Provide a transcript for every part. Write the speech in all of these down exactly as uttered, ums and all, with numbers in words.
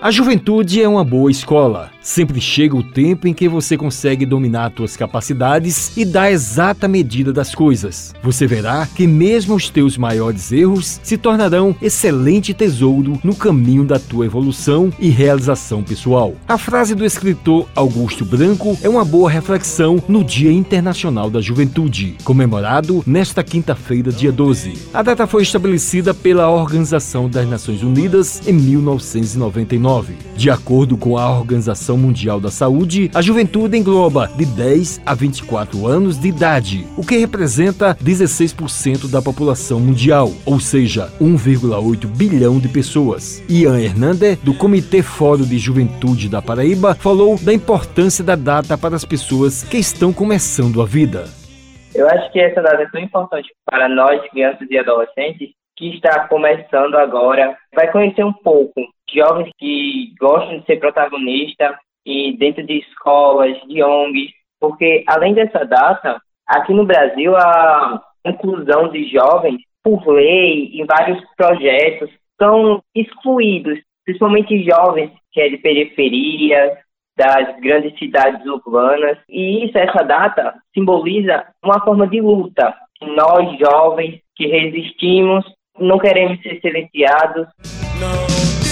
A juventude é uma boa escola. Sempre chega o tempo em que você consegue dominar suas capacidades e dar a exata medida das coisas. Você verá que mesmo os teus maiores erros se tornarão excelente tesouro no caminho da tua evolução e realização pessoal. A frase do escritor Augusto Branco é uma boa reflexão no Dia Internacional da Juventude, comemorado nesta quinta-feira, dia doze. A data foi estabelecida pela Organização das Nações Unidas em mil novecentos e noventa e nove. De acordo com a Organização Mundial da Saúde, a juventude engloba de dez a vinte e quatro anos de idade, o que representa dezesseis por cento da população mundial, ou seja, um vírgula oito bilhão de pessoas. Ian Hernandes, do Comitê Fórum de Juventude da Paraíba, falou da importância da data para as pessoas que estão começando a vida. Eu acho que essa data é tão importante para nós, crianças e adolescentes, que está começando agora. Vai conhecer um pouco jovens que gostam de ser protagonistas e dentro de escolas, de O N Gs, porque além dessa data, aqui no Brasil a inclusão de jovens, por lei, em vários projetos, são excluídos, principalmente jovens que é de periferia, das grandes cidades urbanas, e isso, essa data simboliza uma forma de luta. Nós, jovens, que resistimos, não queremos ser silenciados. Não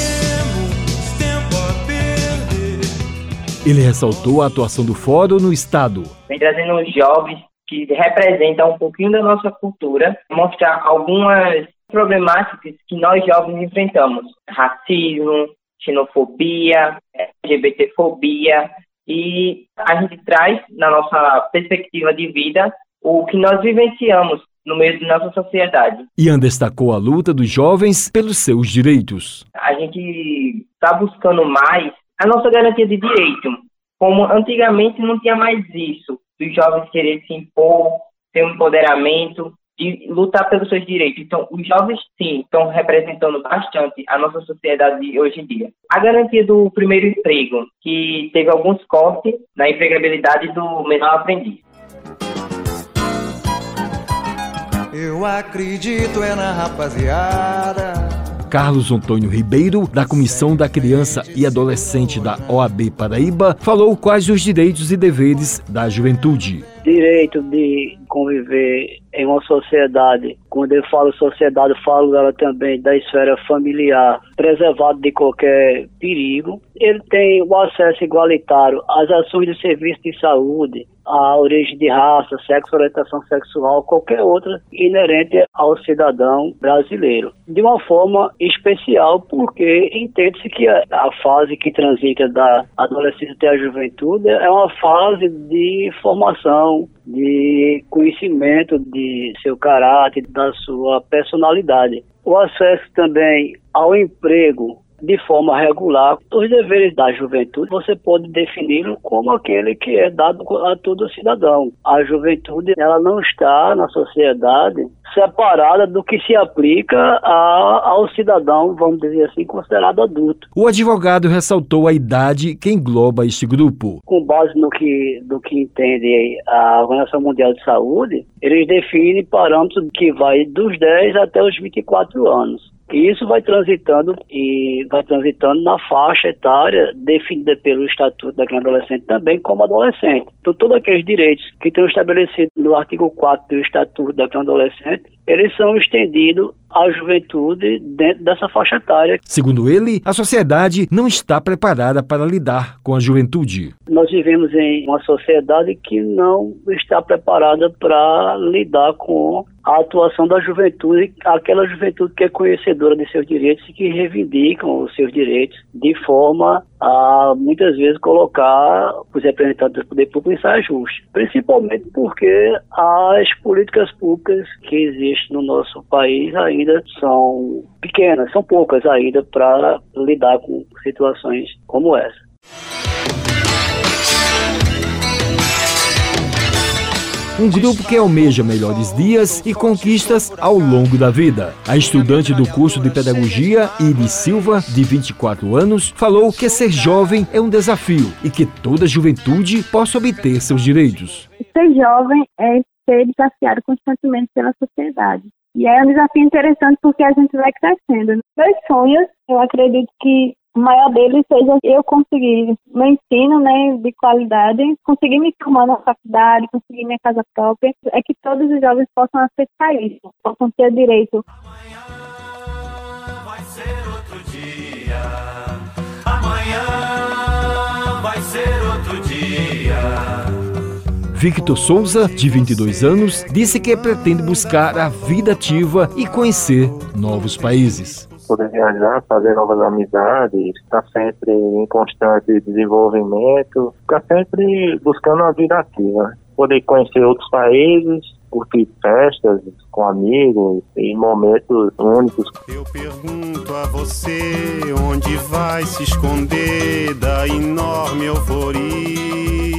temos tempo a perder. Ele ressaltou a atuação do Fórum no Estado. Vem trazendo os jovens que representam um pouquinho da nossa cultura, mostrar algumas problemáticas que nós jovens enfrentamos. Racismo, xenofobia, L G B T fobia, e a gente traz na nossa perspectiva de vida o que nós vivenciamos no meio de nossa sociedade. Ian destacou a luta dos jovens pelos seus direitos. A gente está buscando mais a nossa garantia de direito, como antigamente não tinha mais isso, dos jovens querer se impor, ter um empoderamento, de lutar pelos seus direitos. Então, os jovens, sim, estão representando bastante a nossa sociedade de hoje em dia. A garantia do primeiro emprego, que teve alguns cortes na empregabilidade do menor aprendiz. Eu acredito é na rapaziada. Carlos Antônio Ribeiro, da Comissão da Criança e Adolescente da O A B Paraíba, falou quais os direitos e deveres da juventude. Direito de conviver em uma sociedade. Quando eu falo sociedade, eu falo ela também da esfera familiar, preservado de qualquer perigo. Ele tem o acesso igualitário às ações de serviço de saúde, à origem de raça, sexo, orientação sexual, qualquer outra inerente ao cidadão brasileiro. De uma forma especial, porque entende-se que a, a fase que transita da adolescência até a juventude é uma fase de formação, de conhecimento de seu caráter, da sua personalidade. O acesso também ao emprego de forma regular. Os deveres da juventude, você pode defini-lo como aquele que é dado a todo cidadão. A juventude, ela não está na sociedade separada do que se aplica a, ao cidadão, vamos dizer assim, considerado adulto. O advogado ressaltou a idade que engloba este grupo. Com base no que, do que entende a Organização Mundial de Saúde, eles definem parâmetros que vai dos dez até os vinte e quatro anos. E isso vai transitando e vai transitando na faixa etária definida pelo Estatuto da Criança e Adolescente também como adolescente. Então, todos aqueles direitos que estão estabelecidos no artigo quatro do Estatuto da Criança e Adolescente, eles são estendidos à juventude dentro dessa faixa etária. Segundo ele, a sociedade não está preparada para lidar com a juventude. Nós vivemos em uma sociedade que não está preparada para lidar com a atuação da juventude, aquela juventude que é conhecedora de seus direitos e que reivindicam os seus direitos de forma a, muitas vezes, colocar os representantes do poder público em saia justa. Principalmente porque as políticas públicas que existem no nosso país ainda são pequenas, são poucas ainda para lidar com situações como essa. Um grupo que almeja melhores dias e conquistas ao longo da vida. A estudante do curso de Pedagogia, Iris Silva, de vinte e quatro anos, falou que ser jovem é um desafio e que toda juventude possa obter seus direitos. Ser jovem é ser desafiado constantemente pela sociedade. E é um desafio interessante porque a gente vai crescendo. Meus sonhos, eu acredito que o maior deles seja eu conseguir meu ensino, né, de qualidade, conseguir me formar na faculdade, conseguir minha casa própria, é que todos os jovens possam acessar isso, possam ter direito. Amanhã vai ser outro dia. Amanhã vai ser outro dia. Victor Souza, de vinte e dois anos, disse que pretende buscar a vida ativa e conhecer novos países. Poder viajar, fazer novas amizades, estar sempre em constante desenvolvimento, ficar sempre buscando uma vida ativa. Poder conhecer outros países, curtir festas com amigos e momentos únicos. Eu pergunto a você onde vai se esconder da enorme euforia.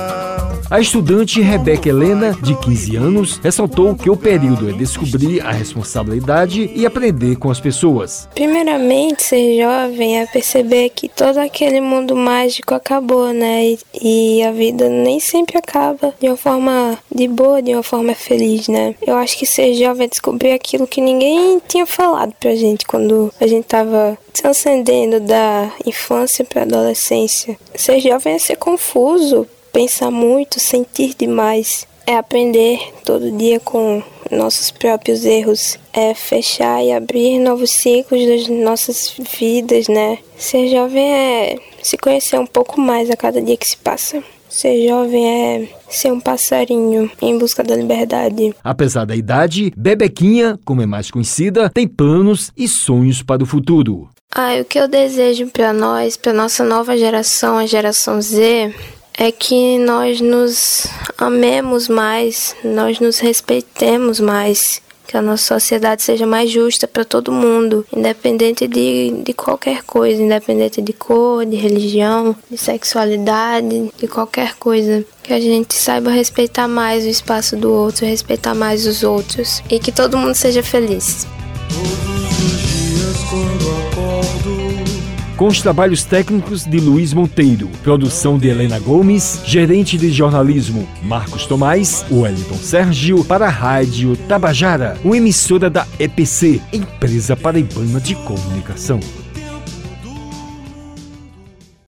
A estudante Rebeca Helena, de quinze anos, ressaltou que o período é descobrir a responsabilidade e aprender com as pessoas. Primeiramente, ser jovem é perceber que todo aquele mundo mágico acabou, né? E, e a vida nem sempre acaba de uma forma de boa, de uma forma feliz, né? Eu acho que ser jovem é descobrir aquilo que ninguém tinha falado pra gente quando a gente tava transcendendo da infância pra adolescência. Ser jovem é ser confuso, pensar muito, sentir demais. É aprender todo dia com nossos próprios erros. É fechar e abrir novos ciclos das nossas vidas, né? Ser jovem é se conhecer um pouco mais a cada dia que se passa. Ser jovem é ser um passarinho em busca da liberdade. Apesar da idade, Bebequinha, como é mais conhecida, tem planos e sonhos para o futuro. Ah, o que eu desejo para nós, para nossa nova geração, a geração Z, é que nós nos amemos mais, nós nos respeitemos mais, que a nossa sociedade seja mais justa para todo mundo, independente de, de qualquer coisa, independente de cor, de religião, de sexualidade, de qualquer coisa. Que a gente saiba respeitar mais o espaço do outro, respeitar mais os outros e que todo mundo seja feliz. Todos os dias quando acordo. Com os trabalhos técnicos de Luiz Monteiro, produção de Helena Gomes, gerente de jornalismo Marcos Tomás, Wellington Sérgio, para a Rádio Tabajara, uma emissora da E P C, Empresa Paraibana de Comunicação.